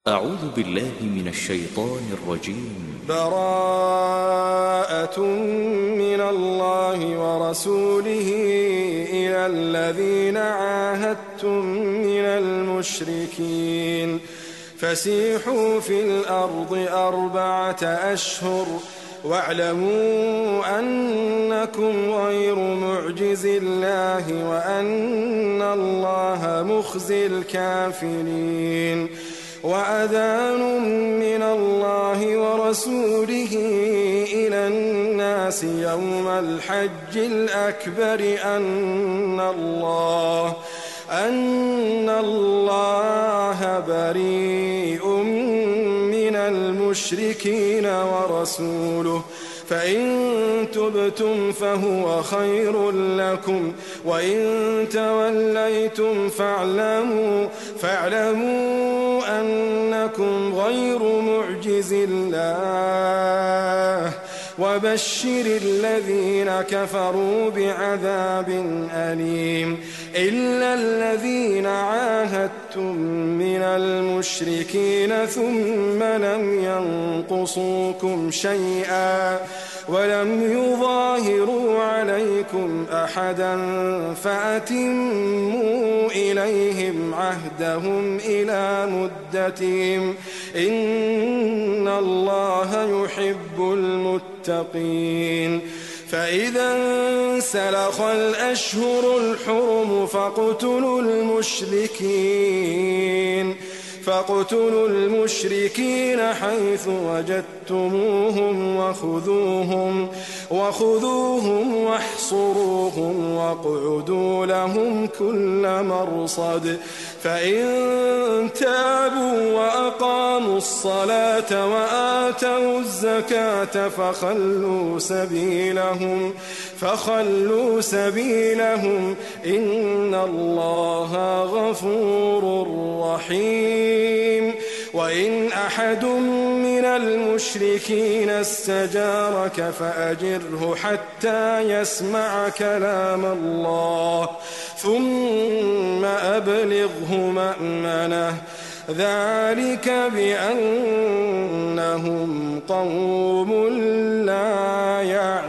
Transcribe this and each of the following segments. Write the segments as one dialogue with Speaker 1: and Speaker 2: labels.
Speaker 1: أعوذ بالله من الشيطان الرجيم.
Speaker 2: براءة من الله ورسوله إلى الذين عاهدتم من المشركين فسيحوا في الأرض 4 أشهر واعلموا أنكم غير معجز الله وأن الله مخزي الكافرين. وأذان من الله ورسوله إلى الناس يوم الحج الأكبر أن الله بريء من المشركين ورسوله فإن تبتم فهو خير لكم وإن توليتم فاعلموا أنكم غير معجز الله وبشر الذين كفروا بعذاب أليم. إلا الذين عاهدتم من المشركين ثم لم ينقصوكم شيئا ولم يظاهروا عليكم أحدا فأتموا إليهم عهدهم إلى مدتهم إن الله يحب المتقين. فإذا انسلخ الأشهر الحرم فاقتلوا المشركين حيث وجدتموهم وخذوهم واحصروهم واقعدوا لهم كل مرصد. فإن تابوا وأقاموا الصلاة وآتوا الزكاة فخلوا سبيلهم إن الله غفور رحيم. وإن أحد من المشركين استجارك فأجره حتى يسمع كلام الله ثم أبلغه مأمنه ذلك بأنهم قوم لا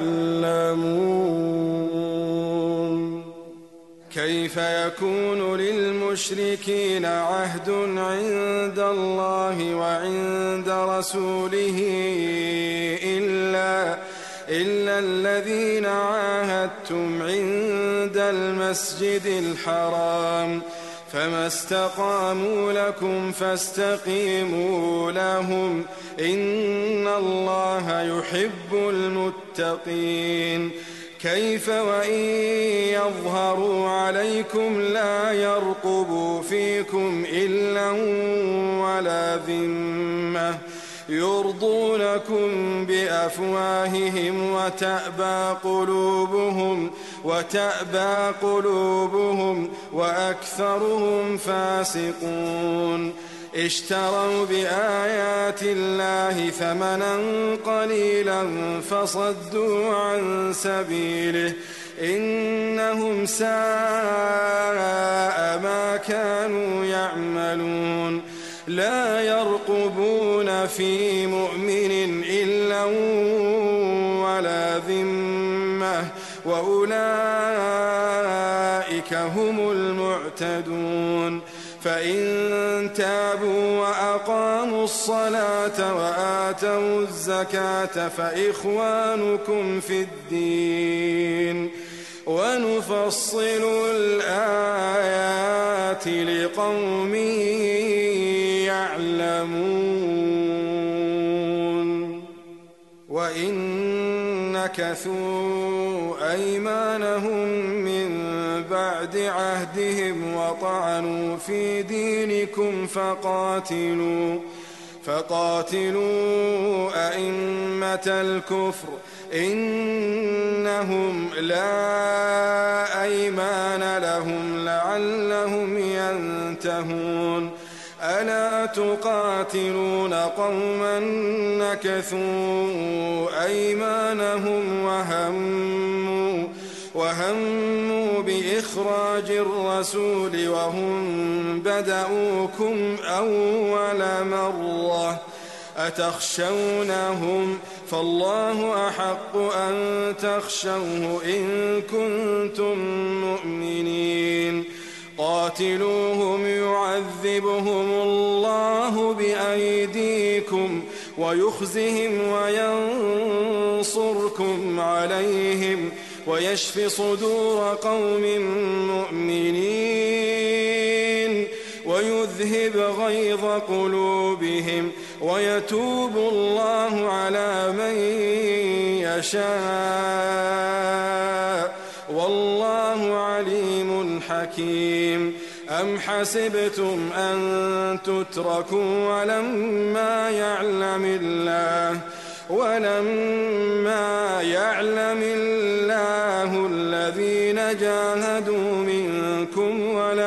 Speaker 2: يعلمون. كيف يكون للمشركين عهد عند الله وعند رسوله إلا الذين عاهدتم عند المسجد الحرام فما استقاموا لكم فاستقيموا لهم إن الله يحب المتقين. كيف وإن يظهروا عليكم لا يرقبوا فيكم إلا ولا ذمة يرضونكم بأفواههم وتأبى قلوبهم وأكثرهم فاسقون. اشتروا بآيات الله ثمنا قليلا فصدوا عن سبيله إنهم ساء ما كانوا يعملون. لا يرقبون في مؤمن إلا ولا ذمة وأولئك هم المعتدون. فإن تابوا وأقاموا الصلاة وآتوا الزكاة فإخوانكم في الدين ونفصل الآيات لقوم يعلمون. وإن نكثوا أيمانهم من بعد عهدهم وطعنوا في دينكم فقاتلوا أئمة الكفر إنهم لا أيمان لهم لعلهم ينتهون. ألا تقاتلون قوما نكثوا أيمانهم وهموا بإخراج الرسول وهم بدؤوكم أول مرة أتخشونهم فالله أحق أن تخشوه إن كنتم مؤمنين قاتلوهم يعذبهم الله بأيديكم ويخزهم وينصركم عليهم ويشف صدور قوم مؤمنين ويذهب غيظ قلوبهم ويتوب الله على من يشاء والله عليم حكيم أم حسبتم أن تتركوا ولما يعلم الله الذين جاهدوا منكم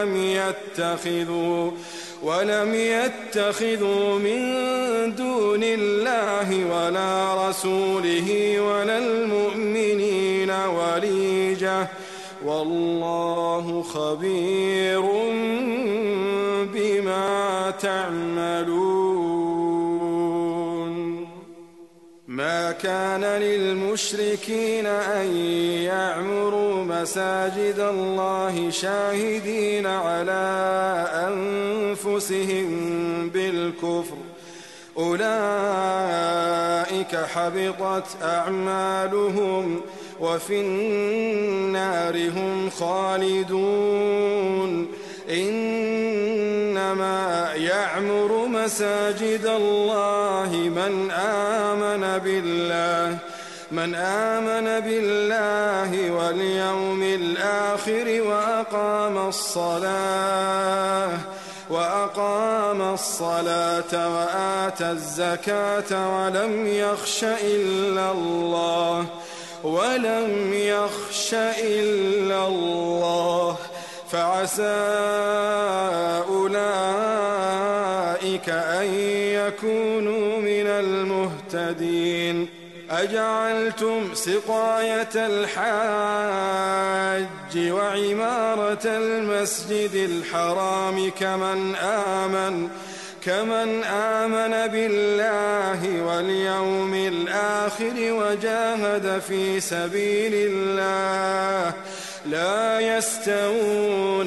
Speaker 2: ولم يتخذوا من دون الله ولا رسوله ولا المؤمنين وليجة والله خبير بما تعملون ما كان للمشركين أن يعمروا مساجد الله شاهدين على أنفسهم بالكفر أولئك حبطت أعمالهم وفي النار هم خالدون إنما يعمر مساجد الله من آمن بالله واليوم الآخر وأقام الصلاة وآتى الزكاة ولم يخش إلا الله فعسى أولئك أن يكونوا من المهتدين أجعلتم سقاية الحاج وعمارة المسجد الحرام كمن آمن بالله واليوم الآخر وجاهد في سبيل الله لا يستوون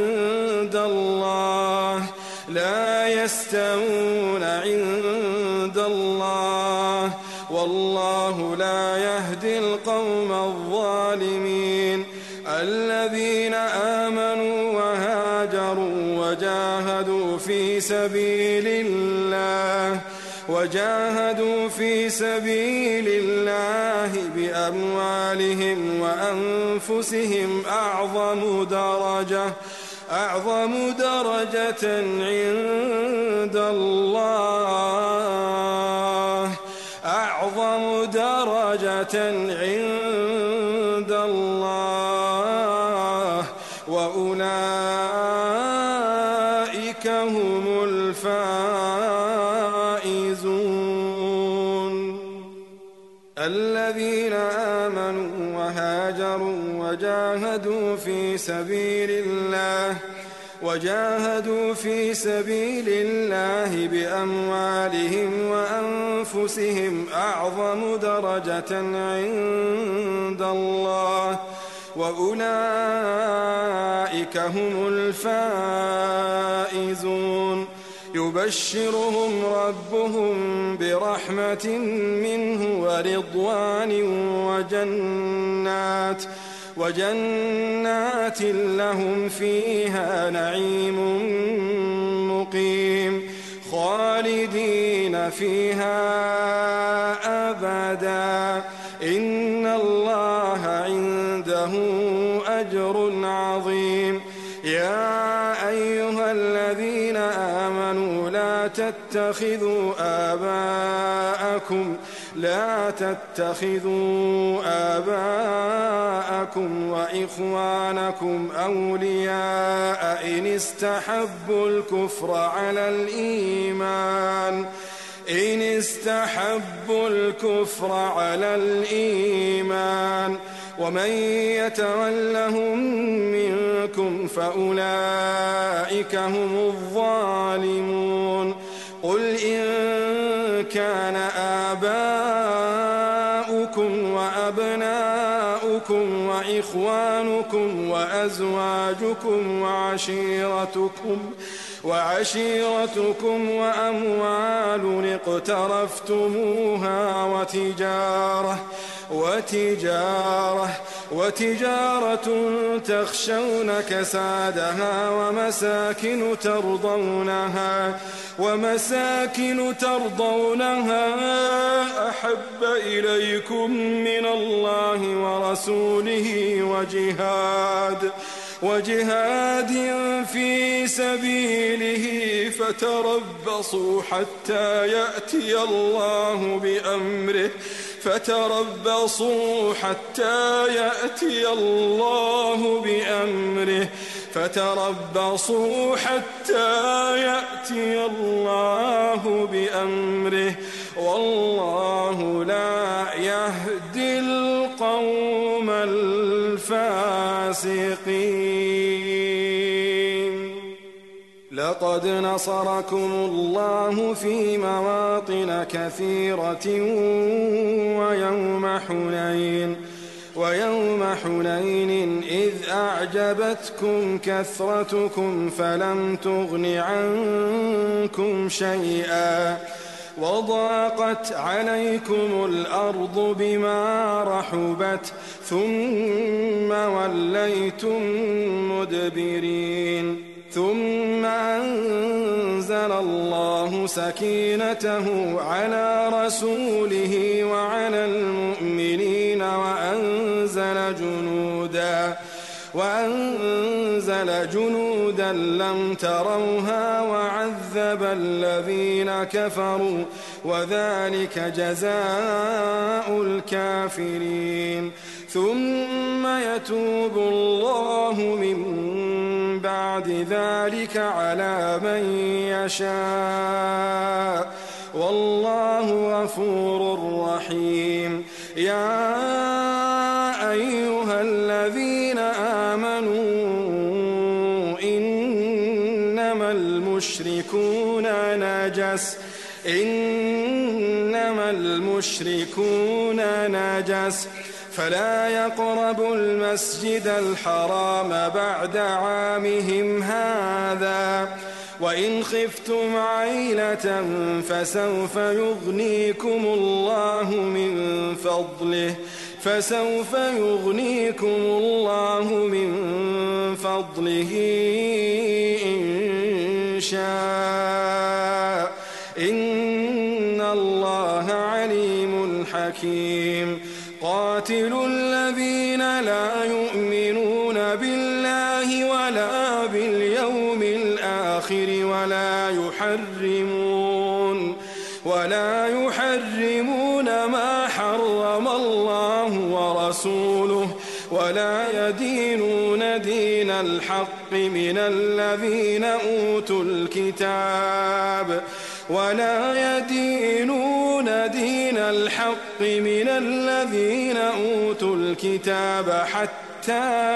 Speaker 2: عند الله والله لا يهدي القوم الظالمين الذين آمنوا وهاجروا وجاهدوا في سبيل الله بأموالهم وأنفسهم أعظم درجة عند الله وأولئك هم الفائزون الذين آمنوا وهاجروا وجاهدوا في سبيل الله بأموالهم وأنفسهم أعظم درجة عند الله وأولئك هم الفائزون يبشرهم ربهم برحمة منه ورضوان وجنات لهم فيها نعيم مقيم خالدين فيها أبدا إن الله عنده أجر عظيم يا أيها الذين آمنوا لا تتخذوا آباءكم وإخوانكم أولياء إن استحبوا الكفر على الإيمان ومن يتولهم منكم فأولئك هم الظالمون قل إن كان آباؤكم وأبناؤكم وإخوانكم وأزواجكم وعشيرتكم وأموال اقترفتموها وتجارة تخشون كسادها ومساكن ترضونها أحب إليكم من الله ورسوله وجهاد في سبيله فتربصوا حتى يأتي الله بأمره والله لا يهدي القوم الفاسقين لقد نصركم الله في مواطن كثيرة ويوم حنين إذ أعجبتكم كثرتكم فلم تغن عنكم شيئا وضاقت عليكم الأرض بما رحبت ثم وليتم مدبرين ثم أنزل الله سكينته على رسوله وعلى المؤمنين وأنزل جنودا لم تروها وعذب الذين كفروا وذلك جزاء الكافرين ثم يتوب الله من بعد ذلك على من يشاء والله غفور رحيم يا أيها الذين آمنوا إنما المشركون نجس فلا يقربوا المسجد الحرام بعد عامهم هذا وإن خفتم عيلة فسوف يغنيكم الله من فضله إن شاء إن الله عليم حكيم قاتلوا الذين لا يؤمنون بالله ولا باليوم الآخر ولا يحرمون ما حرم الله ورسوله ولا يدينون دين الحق من الذين أوتوا الكتاب حتى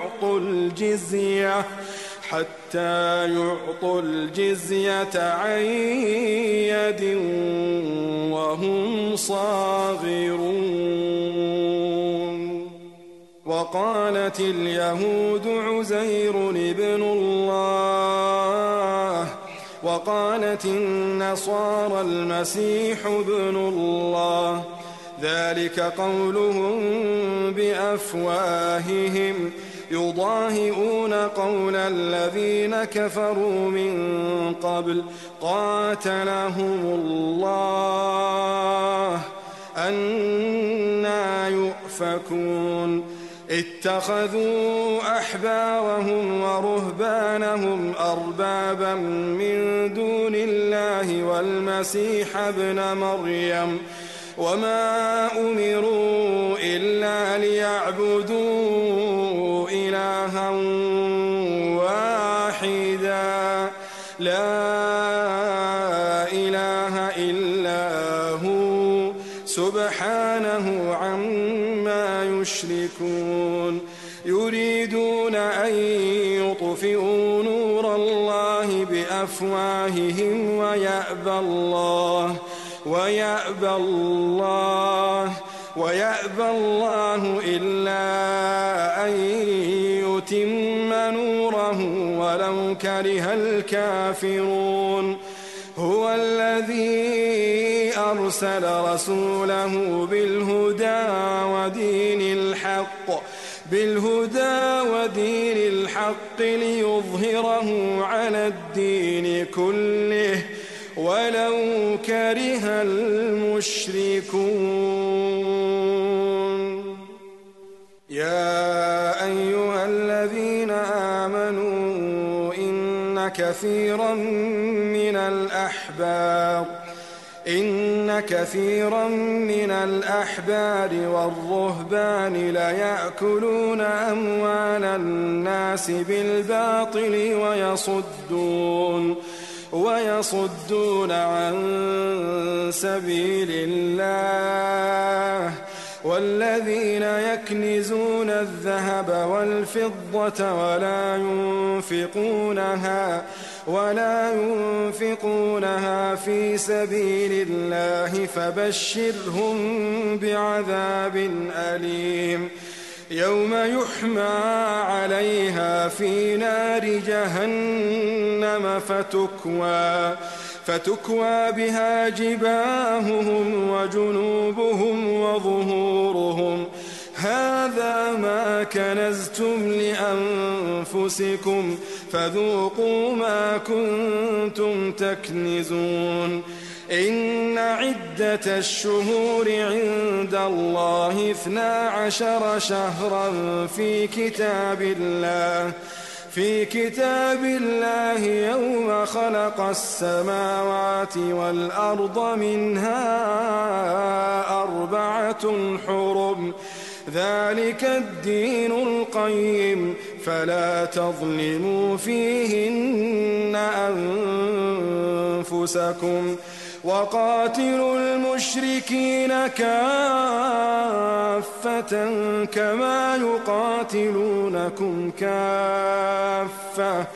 Speaker 2: يعطوا الجزية عن يد وهم صاغرون وقالت اليهود عزير ابن الله وقالت النصارى المسيح ابن الله ذلك قولهم بأفواههم يضاهئون قول الذين كفروا من قبل قاتلهم الله أنى يؤفكون اتخذوا أحبارهم ورهبانهم أربابا من دون الله والمسيح ابن مريم وما أمروا إلا ليعبدوا إلها واحدا لا إله إلا هو سبحانه عما يشركون يشركون يريدون أن يطفئوا نور الله بأفواههم ويأبى الله إلا أن يتم نوره ولو كره الكافرون هو الذي أرسل رسوله بالهدى ودين الحق ليظهره على الدين كله ولو كره المشركون يا أيها الذين آمنوا إن كثيرا من الأحبار والرهبان ليأكلون أموال الناس بالباطل ويصدون عن سبيل الله والذين يكنزون الذهب والفضة ولا ينفقونها في سبيل الله فبشرهم بعذاب أليم يوم يحمى عليها في نار جهنم فتكوى بها جباههم وجنوبهم وظهورهم هذا ما كنزتم لأنفسكم فذوقوا ما كنتم تكنزون إن عدة الشهور عند الله 12 شهرا في كتاب الله يوم خلق السماوات والأرض منها 4 حرم ذلك الدين القيم فلا تظلموا فيهن أنفسكم وقاتلوا المشركين كافة كما يقاتلونكم كافة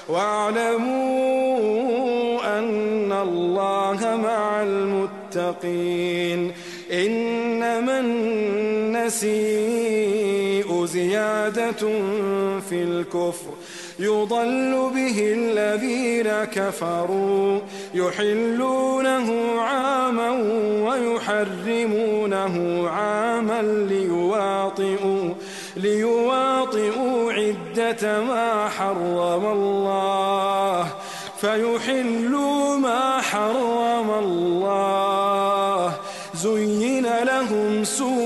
Speaker 2: واعلموا أن الله مع المتقين إنما النسيء زيادة في الكفر يضل به الذين كفروا يحلونه عاما ويحرمونه عاما ليواطئوا عدة ما حرم الله فيحلوا ما حرم الله زين لهم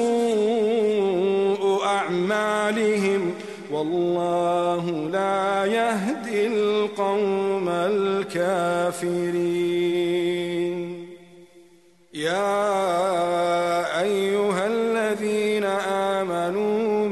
Speaker 2: سوء أعمالهم والله لا يهدي القوم الكافرين يا أيها الذين آمنوا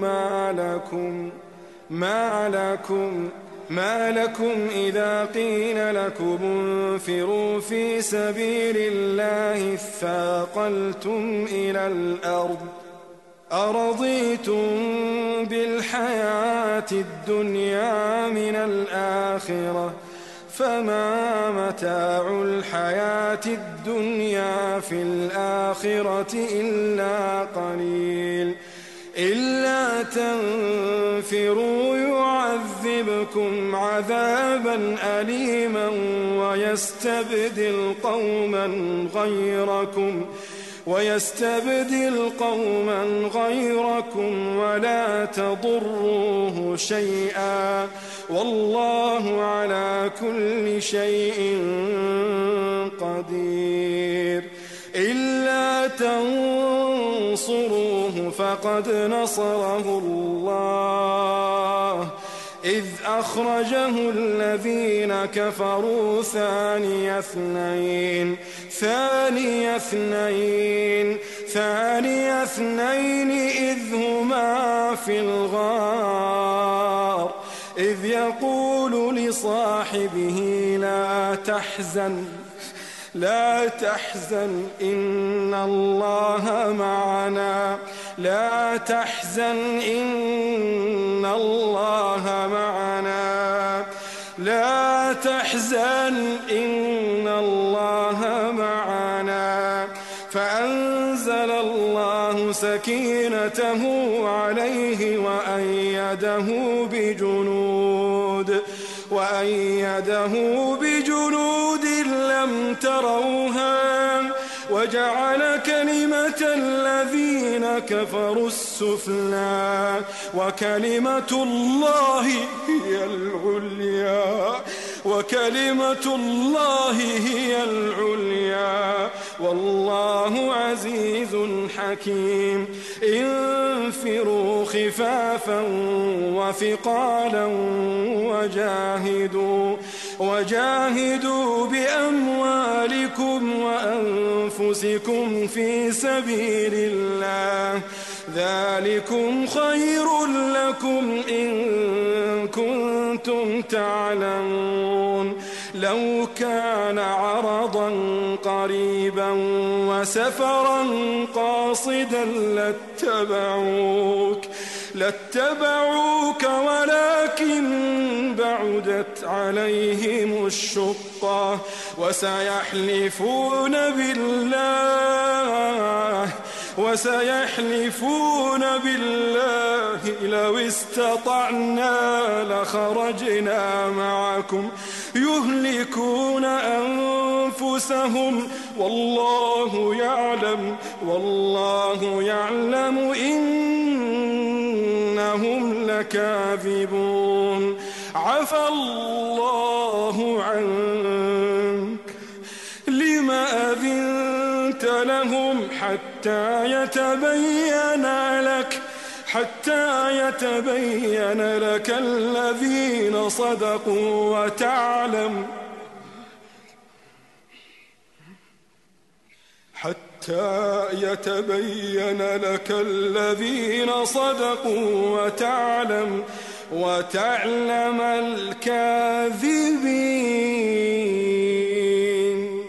Speaker 2: ما لكم إذا قيل لكم انفروا في سبيل الله اثاقلتم إلى الأرض أرضيتم بالحياة الدنيا من الآخرة فما متاع الحياة الدنيا في الآخرة إلا قليل إلا تنفروا يعذبكم عذابا أليما ويستبدل قوما غيركم ولا تضروه شيئا والله على كل شيء قدير إلا تنصروه فقد نصره الله إذ أخرجه الذين كفروا ثاني اثنين إذ هما في الغار إذ يقول لصاحبه لا تحزن إن الله معنا لا تحزن إن الله معنا لا تحزن إن الله معنا فأنزل الله سكينته عليه وأيده بجنود لم تروها وجعل كلمة الذين كفروا السفلى وكلمة الله هي العليا والله عزيز حكيم انفروا خفافا وثقالا وجاهدوا بأموالكم وأنفسكم في سبيل الله ذلكم خير لكم إن كنتم تعلمون لو كان عرضا قريبا وسفرا قاصدا لاتبعوك ولكن بعدت عليهم الشقة وسيحلفون بالله لو استطعنا لخرجنا معكم يهلكون أنفسهم والله يعلم إنهم لكاذبون عفى الله عنك لما أذنت لهم حتى يتبين لك الذين صدقوا وتعلم الكاذبين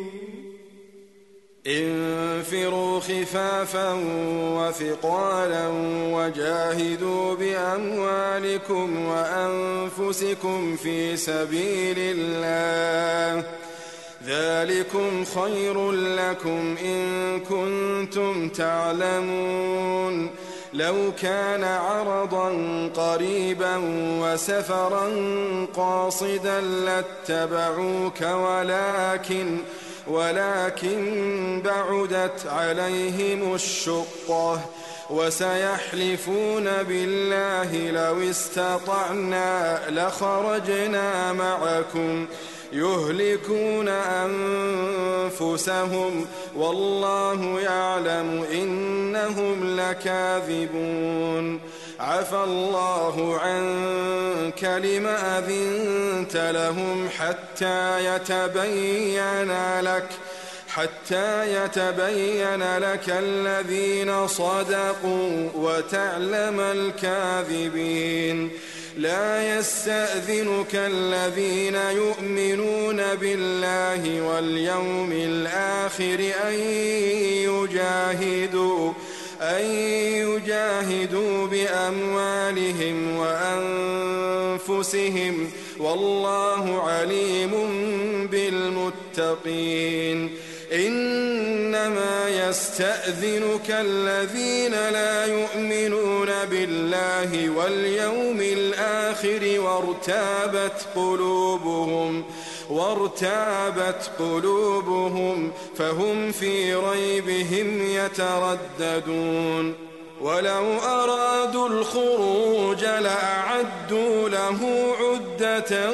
Speaker 2: انفروا خفافا وثقالا وجاهدوا بأموالكم وأنفسكم في سبيل الله ذلكم خير لكم إن كنتم تعلمون لو كان عرضا قريبا وسفرا قاصدا لاتبعوك ولكن بعدت عليهم الشقة وسيحلفون بالله لو استطعنا لخرجنا معكم يهلكون أنفسهم والله يعلم إنهم لكاذبون عفى الله عنك لم أذنت لهم حتى يتبين لك الذين صدقوا وتعلم الكاذبين لا يستأذنك الذين يؤمنون بالله واليوم الآخر أن يجاهدوا بأموالهم وأنفسهم والله عليم بالمتقين إنما يستأذنك الذين لا يؤمنون بالله واليوم الآخر وارتابت قلوبهم فهم في ريبهم يترددون ولو أرادوا الخروج لأعدوا له عدة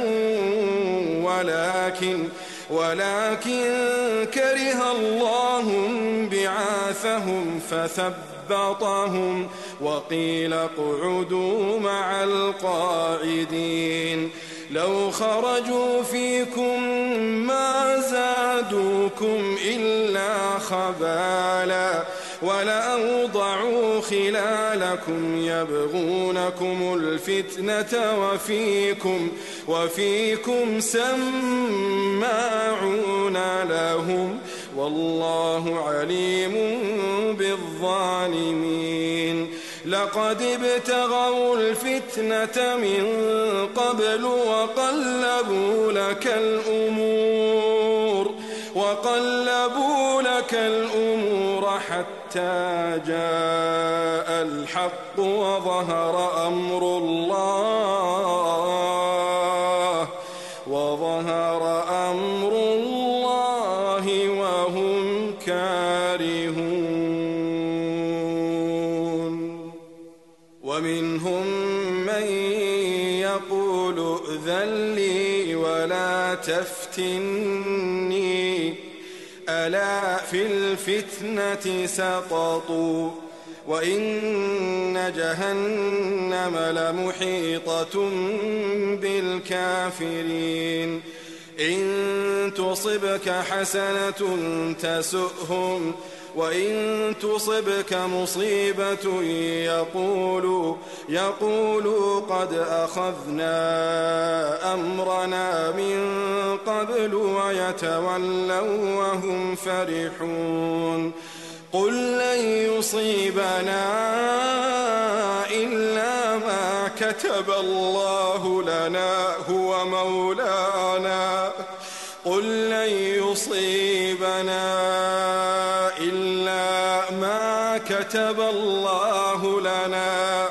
Speaker 2: ولكن كره الله بعاثهم فثبطهم وقيل اقعدوا مع القاعدين لو خرجوا فيكم ما زادوكم إلا خبالا ولأوضعوا خلالكم يبغونكم الفتنة وفيكم سماعون لهم والله عليم بالظالمين لقد ابتغوا الفتنة من قبل وقلبوا لك الأمور حتى جاء الحق وظهر أمر الله وهم كارهون ومنهم من يقول ائذن لي ولا تفتني ألا في الفتنة سقطوا وإن جهنم لمحيطة بالكافرين إن تصبك حسنة تسؤهم وإن تصبك مصيبة يقولوا قد أخذنا أمرنا من قبل ويتولوا وهم فرحون قل لن يصيبنا إلا ما كتب الله لنا هو مولانا قل لن يصيبنا إلا ما كتب الله لنا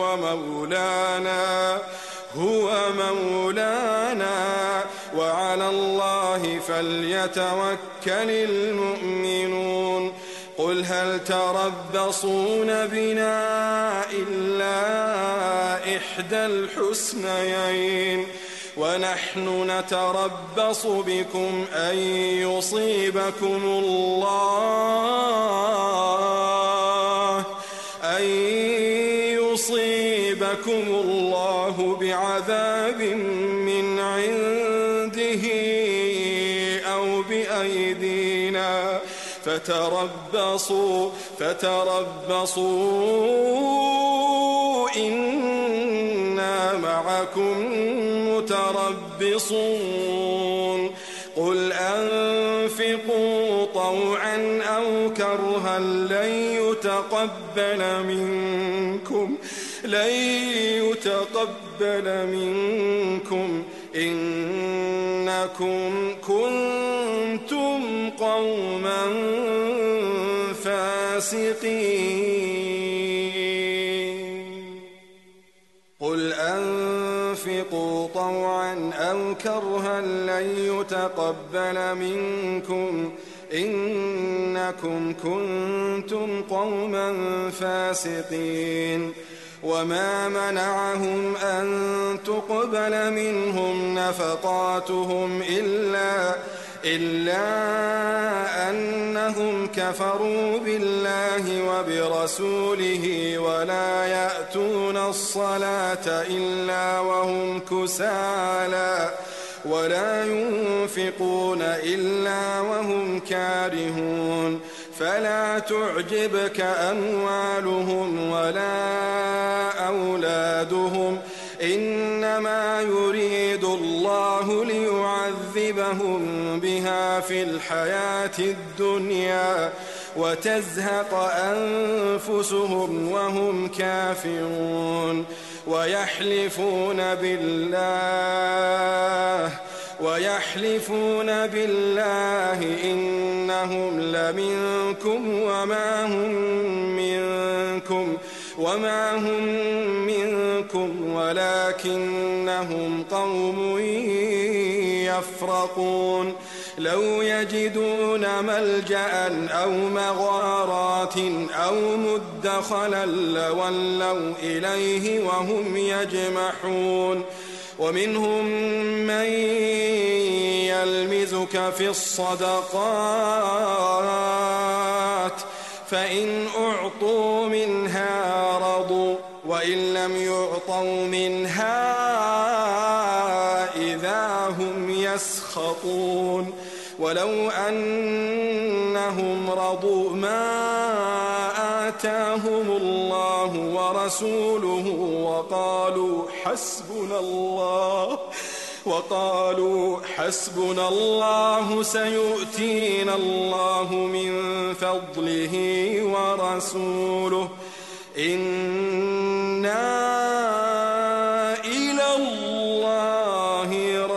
Speaker 2: هو مولانا وعلى الله فليتوكل المؤمنون قل هل تربصون بنا إلا إحدى الحسنيين ونحن نتربص بكم أن يصيبكم الله بعذاب من عنده أو بأيدينا فتربصوا إنا معكم متربصون قل أنفقوا طوعا أو كرها لن يتقبل منكم إنكم كنتم قوما فاسقين قل أنفقوا طوعا أو كرها لن يتقبل منكم إنكم كنتم قوما فاسقين وما منعهم أن تقبل منهم نفقاتهم إلا أنهم كفروا بالله وبرسوله ولا يأتون الصلاة إلا وهم كسالى ولا ينفقون إلا وهم كارهون فلا تعجبك أموالهم ولا أولادهم إنما يريد الله ليعذبهم بها في الحياة الدنيا وتزهق أنفسهم وهم كافرون ويحلفون بالله إنهم لمنكم وما هم منكم ولكنهم قوم يفرقون لو يجدون ملجأ أو مغارات أو مدخلا لولوا إليه وهم يجمحون ومنهم من يلمزك في الصدقات فإن أعطوا منها رضوا وإن لم يعطوا منها إذا هم يسخطون ولو أنهم رضوا ما آتاهم الله ورسوله وقالوا حسبنا الله سيؤتينا الله من فضله ورسوله إنا إلى الله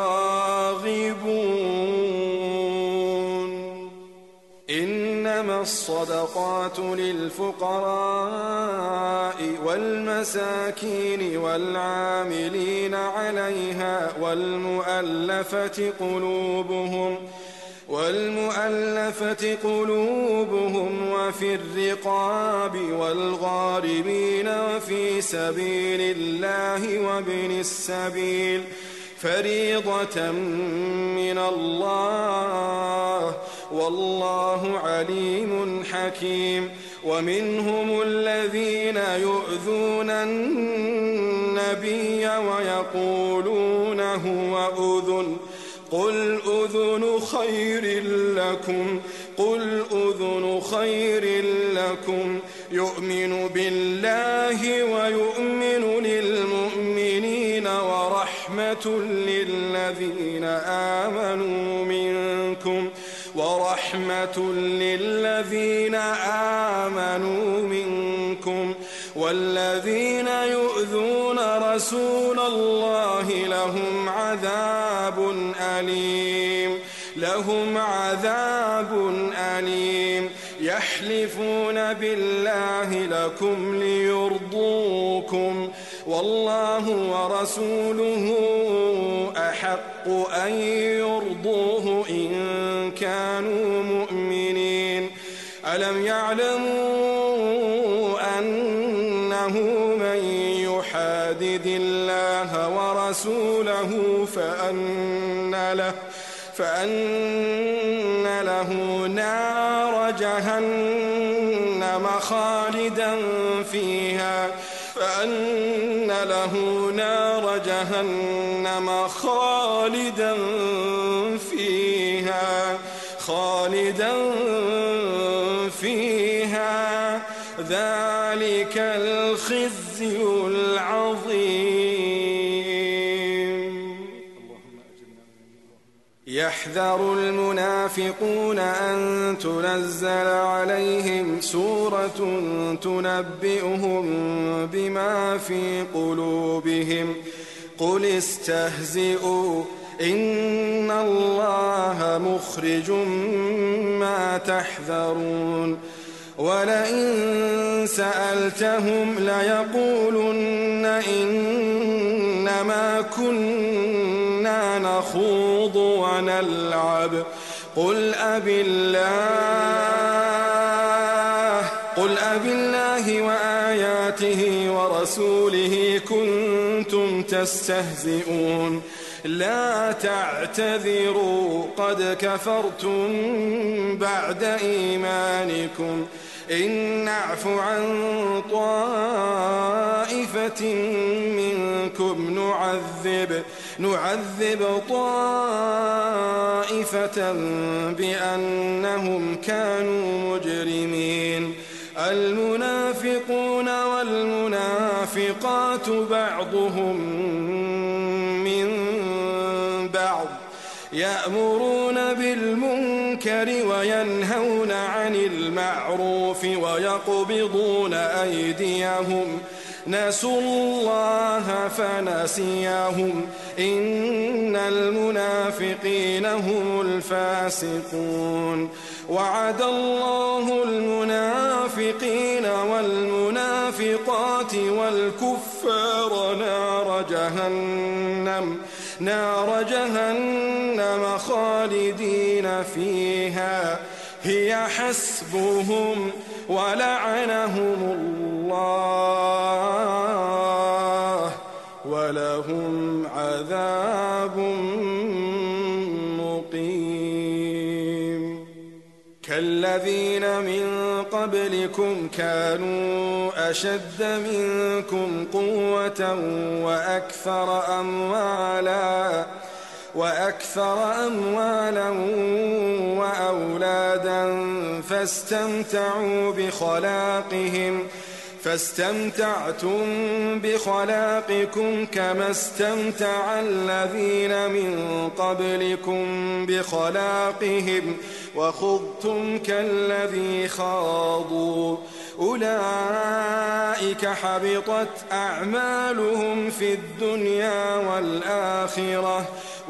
Speaker 2: راغبون إنما الصدقات للفقراء والمساكين والعاملين عليها والمؤلفة قلوبهم وفي الرقاب والغارمين وفي سبيل الله وابن السبيل فريضة من الله والله عليم حكيم ومنهم الذين يؤذون النبي ويقولون هو أذن قل أذن خير لكم يؤمن بالله ويؤمن للمؤمنين ورحمة للذين آمنوا منكم والذين يؤذون رسول الله لهم عذاب أليم يحلفون بالله لكم ليرضوكم والله ورسوله أحق أن يرضوه إن كانوا مؤمنين ألم يعلموا أنه من يحادد الله ورسوله فأن له نار جهنم خالدا فيها ذلك الخزي العظيم. يحذر المنافقون أن تنزل عليهم سورة تنبئهم بما في قلوبهم قل استهزئوا إن الله مخرج ما تحذرون ولئن سألتهم ليقولن إنما كنا نخوض ونلعب قل أبالله وآياته ورسوله كنتم تستهزئون لا تعتذروا قد كفرتم بعد إيمانكم إن نعف عن طائفة منكم نعذب طائفة بأنهم كانوا مجرمين المنافقون والمنافقات بعضهم من بعض يأمرون بالمنكر وينهون عن المعروف ويقبضون أيديهم نسوا الله فنسيهم إن المنافقين هم الفاسقون وعد الله المنافقين والمنافقات والكفار نار جهنم خالدين فيها هي حسبهم ولعنهم الله ولهم عذاب مقيم كالذين من قبلكم كانوا أشد منكم قوة وأكثر أموالا فاستمتعتم بخلاقكم كما استمتع الذين من قبلكم بخلاقهم وخضتم كالذي خاضوا أولئك حبطت أعمالهم في الدنيا والآخرة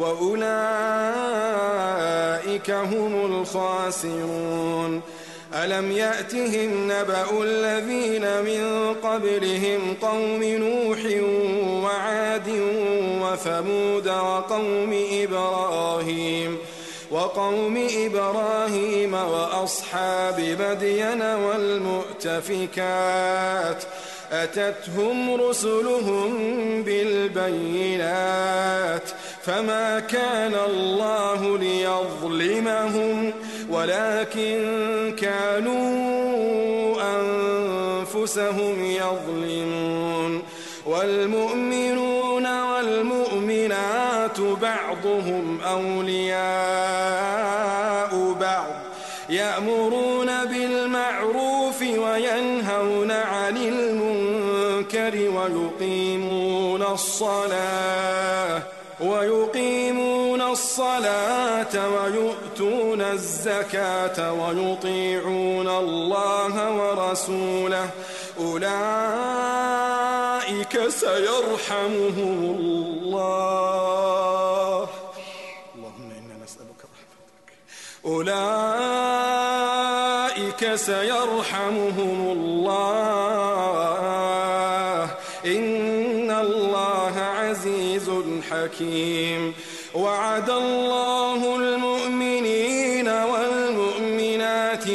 Speaker 2: وأولئك هم الخاسرون ألم يأتهم نبأ الذين من قبلهم قوم نوح وعاد وثمود وقوم إبراهيم وأصحاب مدين والمؤتفكات أتتهم رسلهم بالبينات فما كان الله ليظلمهم ولكن كانوا أنفسهم يظلمون والمؤمنون والمؤمنات بعضهم أولياء بعض يأمرون بالمعروف وينهون عن المنكر ويقيمون الصلاة ويؤتون الزكاة ويطيعون الله ورسوله أولئك سيرحمهم الله اللهم إنا نسألك رحمتك أولئك سيرحمهم الله إن الله عزيز حكيم وعد الله المؤمنين والمؤمنات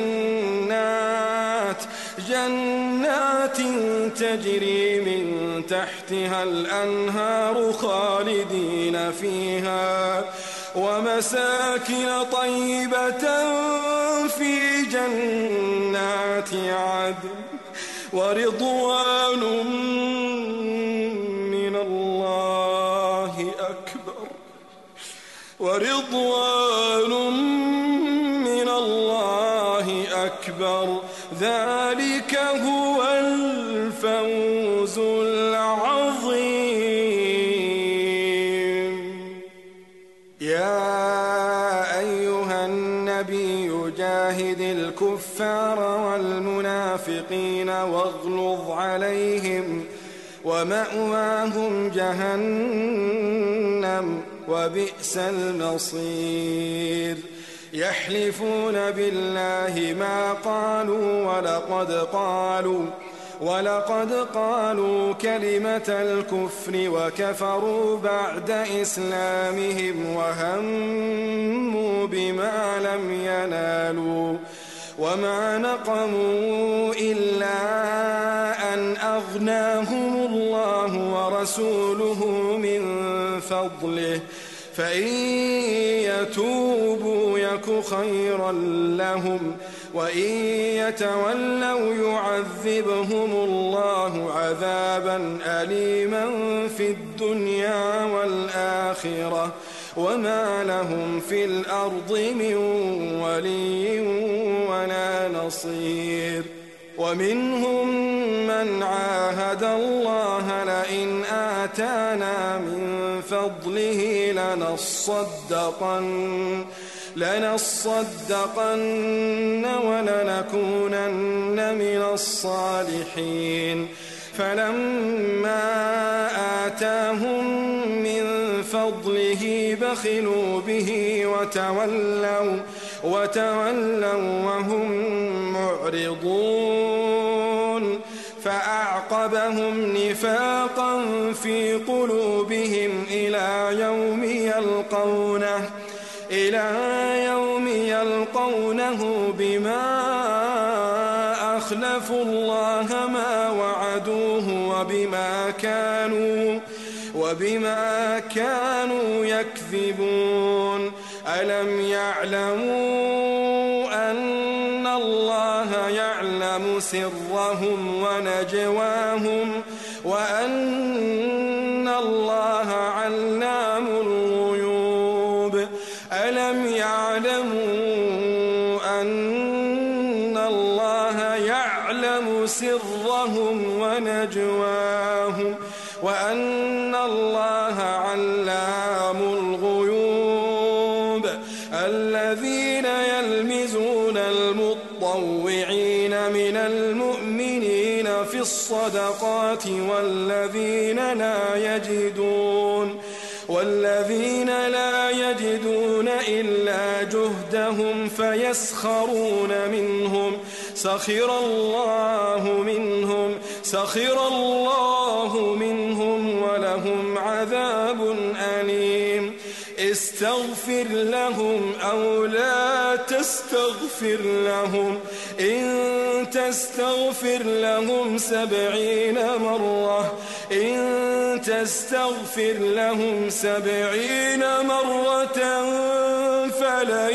Speaker 2: جنات تجري من تحتها الأنهار خالدين فيها ومساكن طيبة في جنات عدن ورضوان من الله أكبر ذلك هو الفوز العظيم يا أيها النبي جاهد الكفار والمنافقين واغلظ عليهم ومأواهم جهنم وبئس المصير يحلفون بالله ما قالوا ولقد قالوا كلمة الكفر وكفروا بعد إسلامهم وهموا بما لم ينالوا وما نقموا إلا أن أغناهم الله ورسوله من فضله فإن يتوبوا يك خيرا لهم وإن يتولوا يعذبهم الله عذابا أليما في الدنيا والآخرة وما لهم في الأرض من ولي ولا نصير ومنهم من عاهد الله لئن آتانا من فضله لنصدقن ولنكونن من الصالحين فلما آتاهم من فضله بخلوا به وتولوا وهم معرضون فأعقبهم نفاقا في قلوبهم إلى يوم يلقونه بما أخلفوا الله ما وعدوه وبما كانوا يكذبون ألم يعلموا أن الله يعلم سرهم ونجواهم وأن الله علام الغيوب ألم يعلموا أن الله يعلم
Speaker 3: سرهم ونجواهم وأن الله علام الغيوب. الذين يلمزون المطوعين من المؤمنين في الصدقات والذين لا يجدون إلا جهدهم فيسخرون منهم سخر الله منهم ولهم عذاب أليم. استغفر لهم أو لا تستغفر لهم إن تستغفر لهم 70 مرة فلن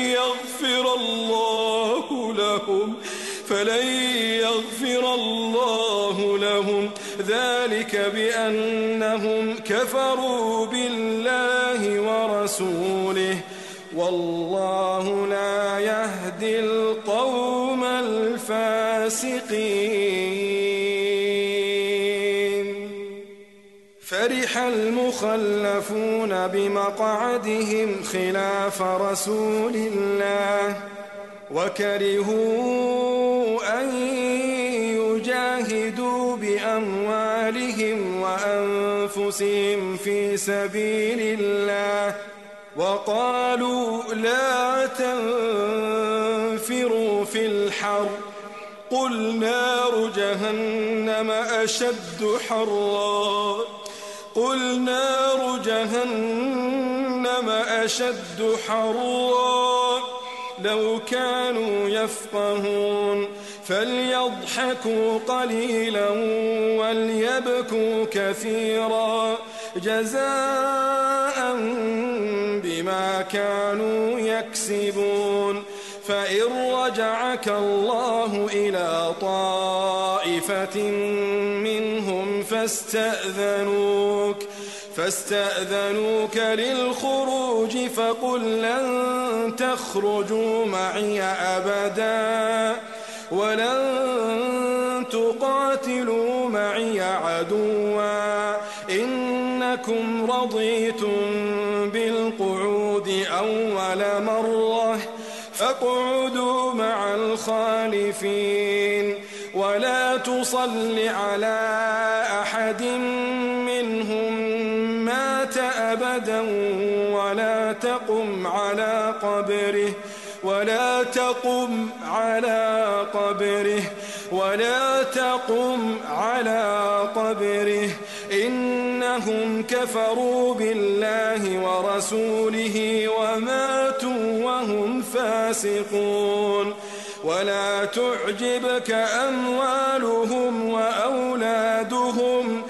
Speaker 3: يغفر الله لهم ذلك بأنهم كفروا بالله ورسوله والله لا يهدي القوم الفاسقين. فرح المخلفون بمقعدهم خلاف رسول الله وكرهوا أن يجاهدوا بأموالهم وأنفسهم في سبيل الله وقالوا لا تنفروا في الحر قل نار جهنم أشد حرا لو كانوا يفقهون. فليضحكوا قليلا وليبكوا كثيرا جزاء بما كانوا يكسبون. فإن رجعك الله إلى طائفة منهم فاستأذنوك للخروج فقل لن تخرجوا معي أبدا ولن تقاتلوا معي عدوا إنكم رضيتم بالقعود أول مرة فاقعدوا مع الخالفين ولا تصل على أحد منهم مات أبدا ولا تقم على قبره إنهم كفروا بالله ورسوله وماتوا وهم فاسقون. ولا تعجبك أموالهم وأولادهم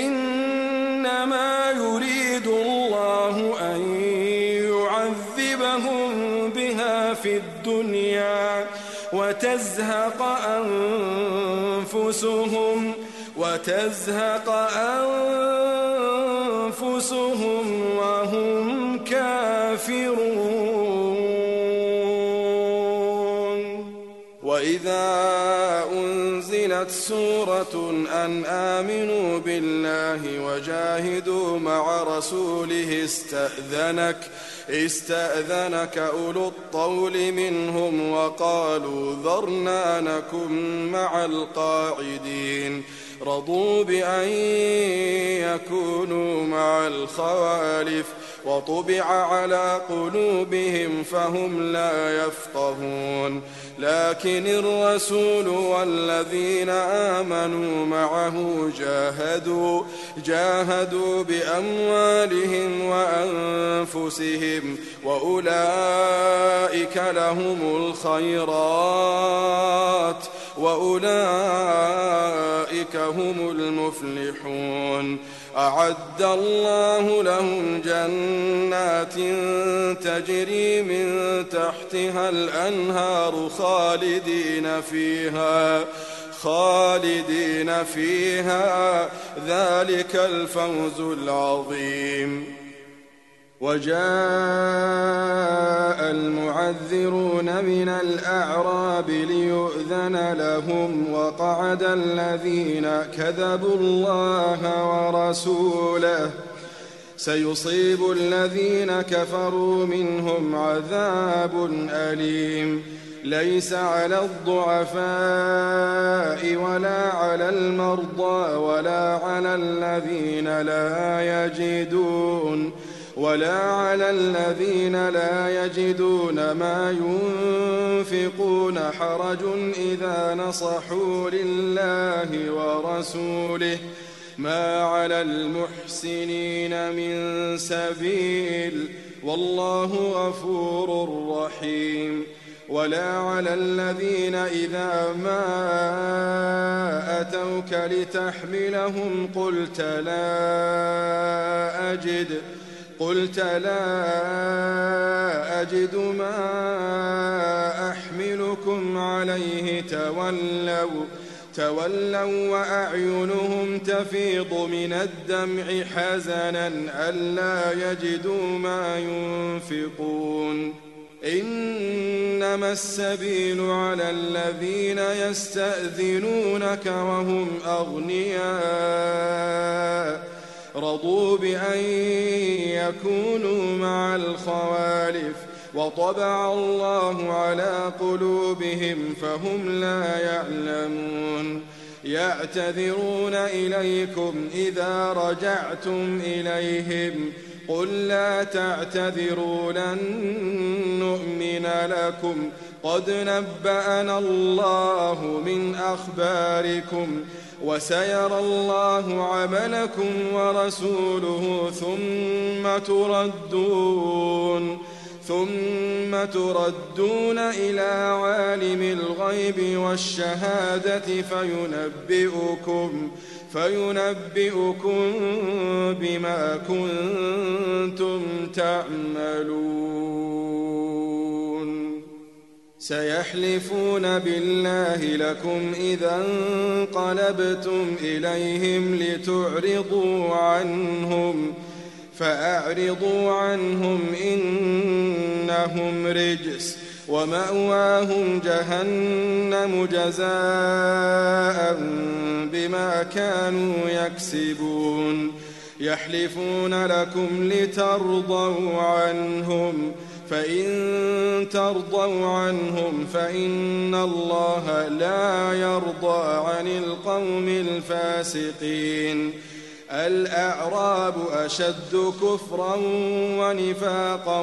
Speaker 3: إنما يريد الله أن يعذبهم بها في الدنيا وتزهق أنفسهم وهم كافرون. وإذا أنزلت سورة أن آمنوا بالله وجاهدوا مع رسوله استأذنك أولو الطول منهم وقالوا ذرنا نكن مع القاعدين رضوا بأن يكونوا مع الخوالف وطبع على قلوبهم فهم لا يفقهون. لكن الرسول والذين آمنوا معه جاهدوا بأموالهم وأنفسهم وأولئك لهم الخيرات وأولئك هم المفلحون. أعد الله لهم جنات تجري من تحتها الأنهار خالدين فيها ذلك الفوز العظيم. وجاء المعذرون من الأعراب ليؤذن لهم وقعد الذين كذبوا الله ورسوله سيصيب الذين كفروا منهم عذاب أليم ليس على الضعفاء ولا على المرضى ولا على الذين لا يجدون ما ينفقون حرج إذا نصحوا لله ورسوله ما على المحسنين من سبيل والله غفور رحيم ولا على الذين إذا ما أتوك لتحملهم قلت لا أجد ما أحملكم عليه تولوا وأعينهم تفيض من الدمع حزنا ألا يجدوا ما ينفقون إنما السبيل على الذين يستأذنونك وهم أغنياء رضوا بأن يكونوا مع الخوالف وطبع الله على قلوبهم فهم لا يعلمون يعتذرون إليكم إذا رجعتم إليهم قل لا تعتذروا لن نؤمن لكم قد نبأنا الله من أخباركم وسيرى الله عملكم ورسوله ثم تردون إلى عالم الغيب والشهادة فينبئكم بما كنتم تعملون سيحلفون بالله لكم إذا انقلبتم إليهم لتعرضوا عنهم فأعرضوا عنهم إنهم رجس ومأواهم جهنم جزاء بما كانوا يكسبون يحلفون لكم لترضوا عنهم فإن ترضوا عنهم فإن الله لا يرضى عن القوم الفاسقين الأعراب أشد كفرا ونفاقا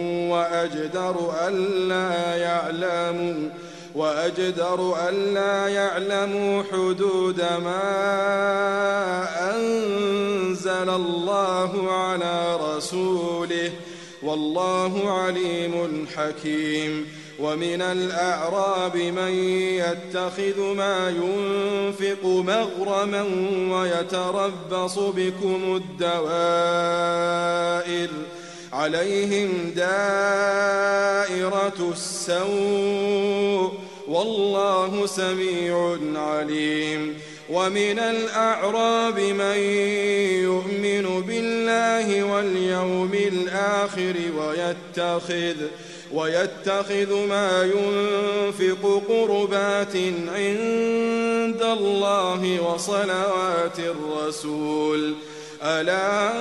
Speaker 3: وأجدر ألا يعلموا حدود ما أنزل الله على رسوله والله عليم حكيم ومن الأعراب من يتخذ ما ينفق مغرما ويتربص بكم الدوائر عليهم دائرة السوء والله سميع عليم ومن الأعراب من يؤمن بالله واليوم الآخر ويتخذ ما ينفق قربات عند الله وصلوات الرسول ألا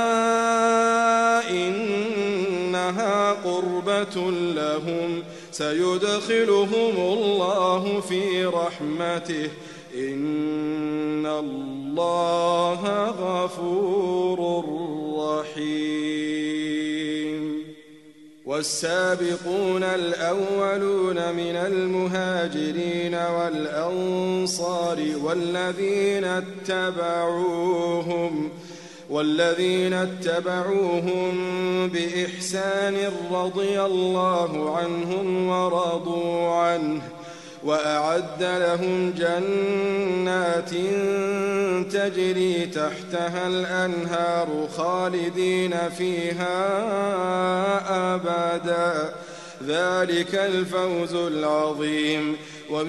Speaker 3: إنها قربة لهم سيدخلهم الله في رحمته إن الله غفور رحيم والسابقون الأولون من المهاجرين والأنصار والذين اتبعوهم بإحسان رضي الله عنهم ورضوا عنه وأعد لهم جنات تجري تحتها الأنهار خالدين فيها أبدا ذلك الفوز العظيم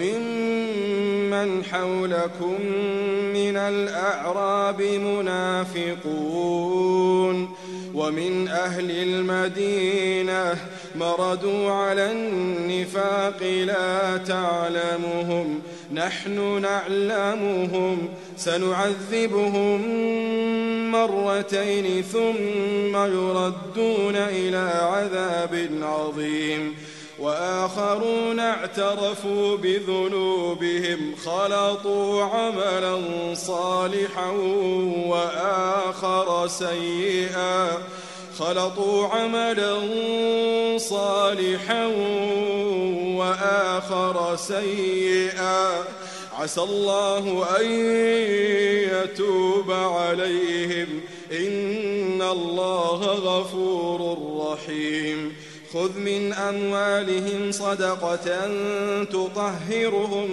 Speaker 3: وممن حولكم من الأعراب منافقون ومن أهل المدينة مردوا على النفاق لا تعلمهم نحن نعلمهم سنعذبهم مرتين ثم يردون إلى عذاب عظيم وآخرون اعترفوا بذنوبهم خلطوا عملا صالحا وآخر سيئا عسى الله أن يتوب عليهم إن الله غفور رحيم خذ من أموالهم صدقة تطهرهم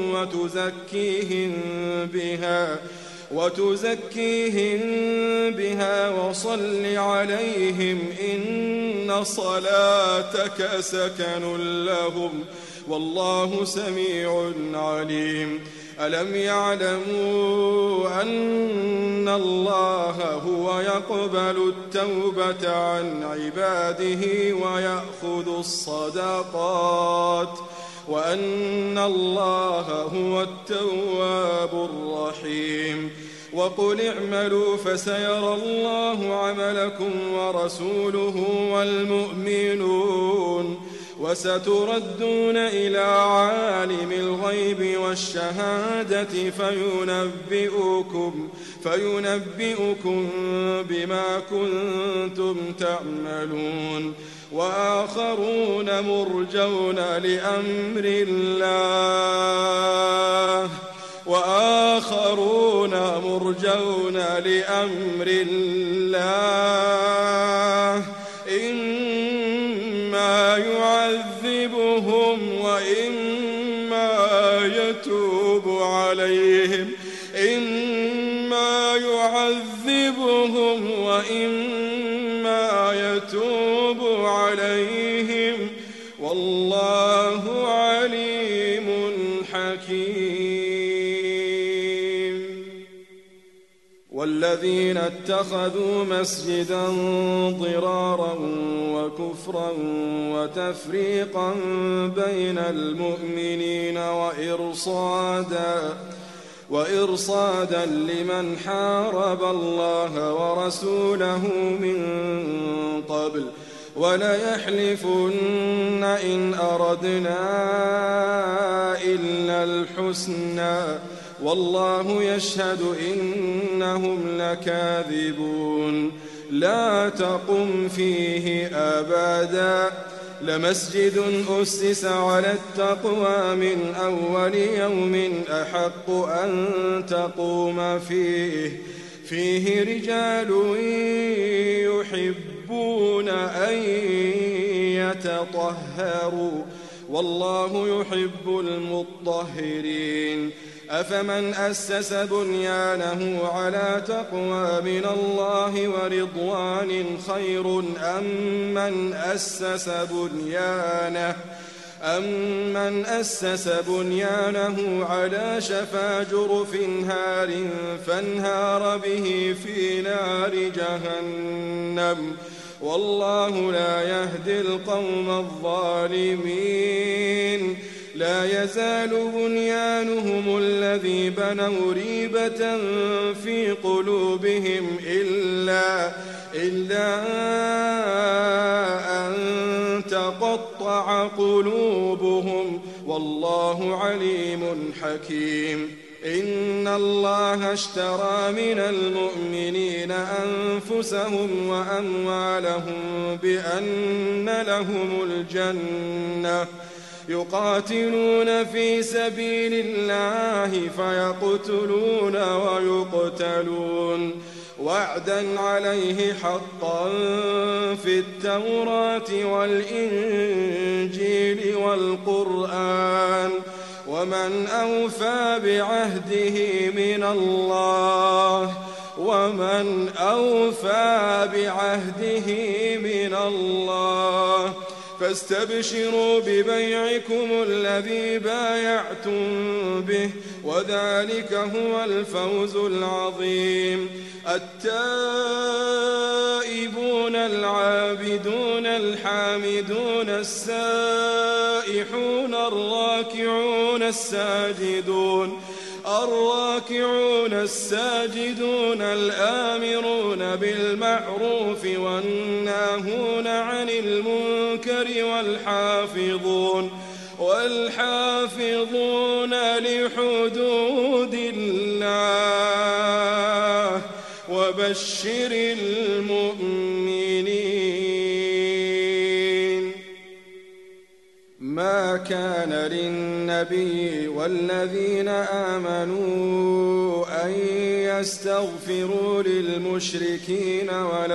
Speaker 3: وتزكيهم بها وصل عليهم إن صلاتك سكن لهم والله سميع عليم ألم يعلموا أن الله هو يقبل التوبة عن عباده ويأخذ الصدقات وأن الله هو التواب الرحيم وقل اعملوا فسيرى الله عملكم ورسوله والمؤمنون وستردون إلى عالم الغيب والشهادة فينبئكم بما كنتم تعملون وآخرون مرجون لأمر الله إما يعذبهم وإما يتوب عليهم والله عليم حكيم والذين اتخذوا مسجدا ضرارا وكفرا وتفريقا بين المؤمنين وإرصادا لمن حارب الله ورسوله من قبل وليحلفن إن أردنا إلا الحسنى والله يشهد إنهم لكاذبون لا تقم فيه أبدا لمسجد أسس على التقوى من أول يوم أحق أن تقوم فيه رجال يحبون أن يتطهروا والله يحب المطهرين أفمن أسس بنيانه على تقوى من الله ورضوان خير أمن أسس بنيانه على شفا جرف هار فانهار به في نار جهنم والله لا يهدي القوم الظالمين لا يزال بنيانهم الذي بنوا ريبة في قلوبهم إلا أن تقطع قلوبهم والله عليم حكيم إن الله اشترى من المؤمنين أنفسهم وأموالهم بأن لهم الجنة يقاتلون في سبيل الله فيقتلون ويقتلون وعدا عليه حقا في التوراة والإنجيل والقرآن ومن أوفى بعهده من الله فاستبشروا ببيعكم الذي بايعتم به وذلك هو الفوز العظيم. التائبون العابدون الحامدون السائحون الراكعون الساجدون الآمرون بالمعروف والناهون عن المنكر والحافظون لحدود الله وبشر المؤمنين. ما كان للنبي والذين آمنوا أن يستغفروا للمشركين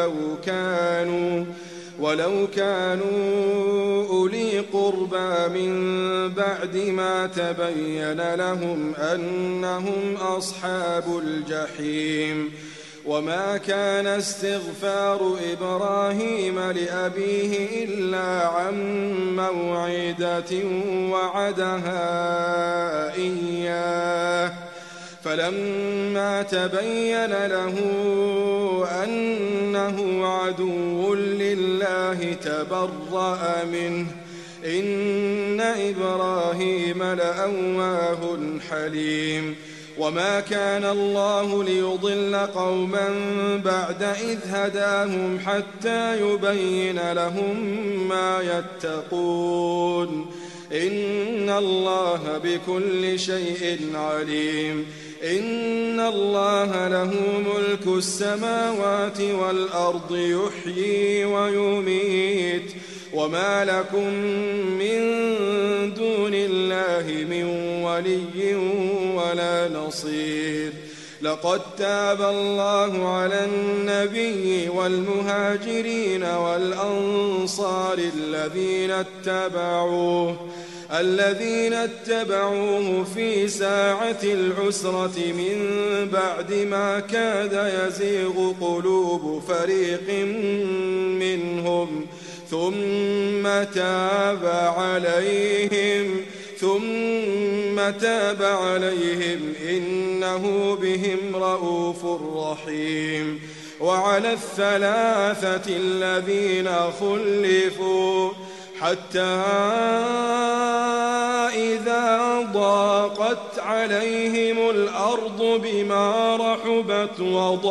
Speaker 3: ولو كانوا أولي قربى من بعد ما تبين لهم أنهم أصحاب الجحيم. وما كان استغفار إبراهيم لأبيه إلا عن موعدة وعدها إياه فلما تبين له أنه عدو لله تبرأ منه إن إبراهيم لأواه حليم. وما كان الله ليضل قوما بعد إذ هداهم حتى يبين لهم ما يتقون إن الله بكل شيء عليم. إن الله له ملك السماوات والأرض يحيي ويميت وما لكم من دون الله من ولي ولا نصير. لقد تاب الله على النبي والمهاجرين والأنصار الذين اتبعوه في ساعة العسرة من بعد ما كاد يزيغ قلوب فريق منهم ثم تاب عليهم إنه بهم رءوف رحيم. وعلى الثلاثة الذين خلفوا حتى إذا ضاقت عليهم الأرض بما رحبت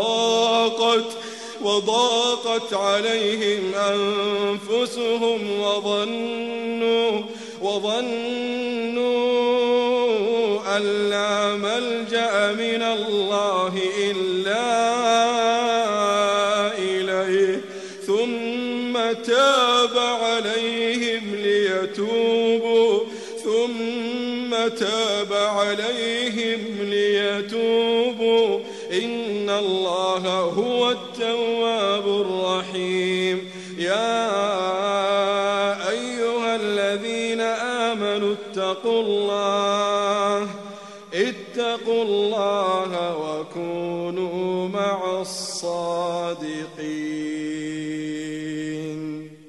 Speaker 3: وضاقت عليهم أنفسهم وظنوا أن لا ملجأ من الله إلا إليه ثم تاب عليهم ليتوبوا إن الله هو التواب الرحيم. يا أيها الذين آمنوا اتقوا الله وكونوا مع الصادقين.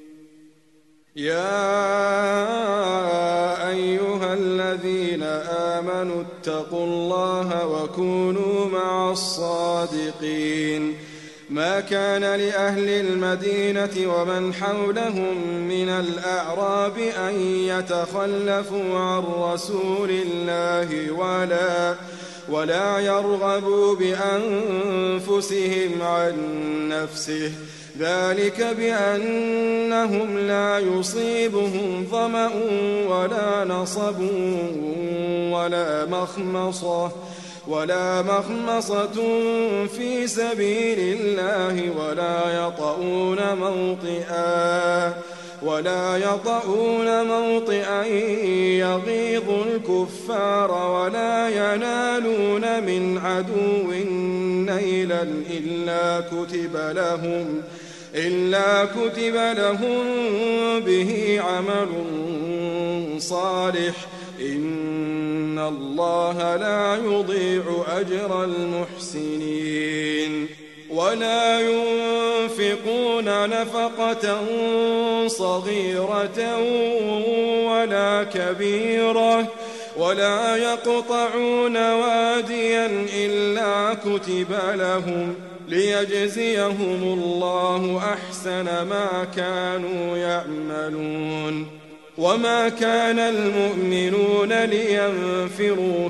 Speaker 3: اتقوا الله وكونوا مع الصادقين. ما كان لأهل المدينة ومن حولهم من الأعراب أن يتخلفوا عن رسول الله ولا يرغبوا بأنفسهم عن نفسه ذلك بأنهم لا يصيبهم ظمأ ولا نصب ولا مخمصة في سبيل الله ولا يطؤون موطئا يغيظ الكفار ولا ينالون من عدو نيلا إلا كتب لهم به عمل صالح إن الله لا يضيع أجر المحسنين. ولا ينفقون ينفقون نفقة صغيرة ولا كبيرة ولا يقطعون واديا إلا كتب لهم ليجزيهم الله أحسن ما كانوا يعملون. وما كان المؤمنون لينفروا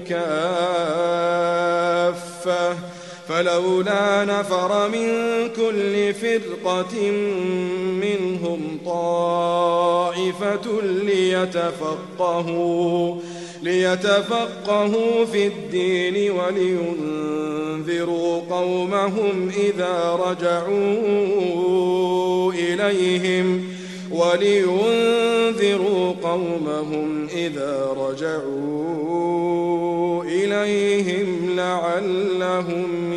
Speaker 3: كافة فلولا نفر من كل فرقة منهم طائفة ليتفقهوا في الدين ولينذروا قومهم إذا رجعوا إليهم لعلهم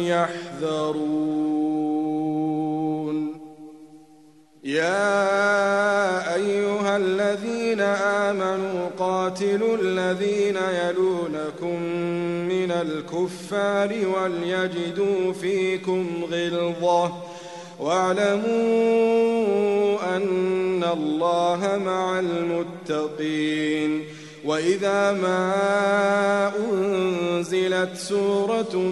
Speaker 3: يحذرون. يا أيها الذين آمنوا قاتلوا الذين يلونكم من الكفار وليجدوا فيكم غلظة واعلموا أن الله مع المتقين. وإذا ما أنزلت سورة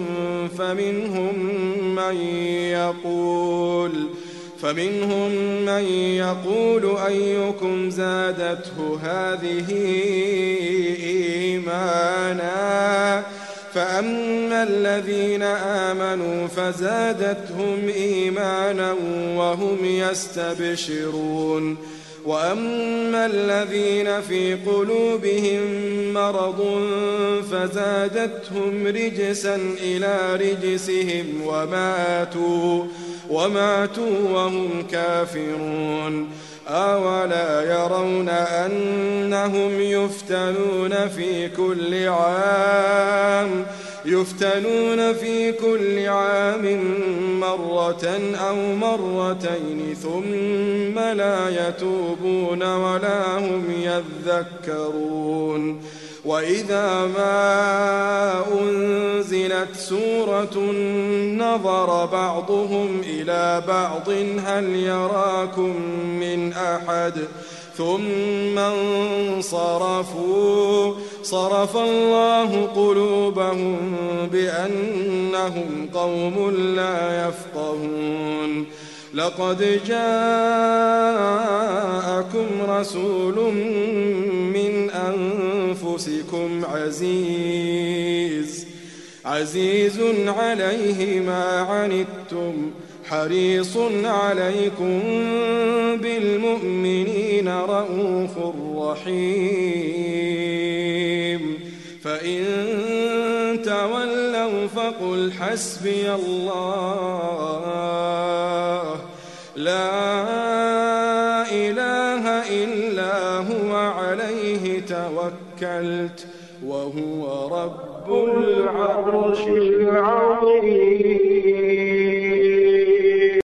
Speaker 3: فمنهم من يقول أيكم زادته هذه إيمانا فأما الذين آمنوا فزادتهم إيمانا وهم يستبشرون. وأما الذين في قلوبهم مرض فزادتهم رجسا إلى رجسهم وماتوا وهم كافرون. أولا يرون أنهم يفتنون في كل عام مرة أو مرتين ثم لا يتوبون ولا هم يذكرون. وإذا ما أنزلت سورة نظر بعضهم إلى بعض هل يراكم من أحد ثم انصرفوا صرف الله قلوبهم بأنهم قوم لا يفقهون. لقد جاءكم رسول من أنفسكم عزيز عليه ما عنتم حريص عليكم بالمؤمنين رؤوف رحيم. فإن تولوا فقل حسبي الله لا إله إلا هو عليه توكلت وهو رب العرش العظيم.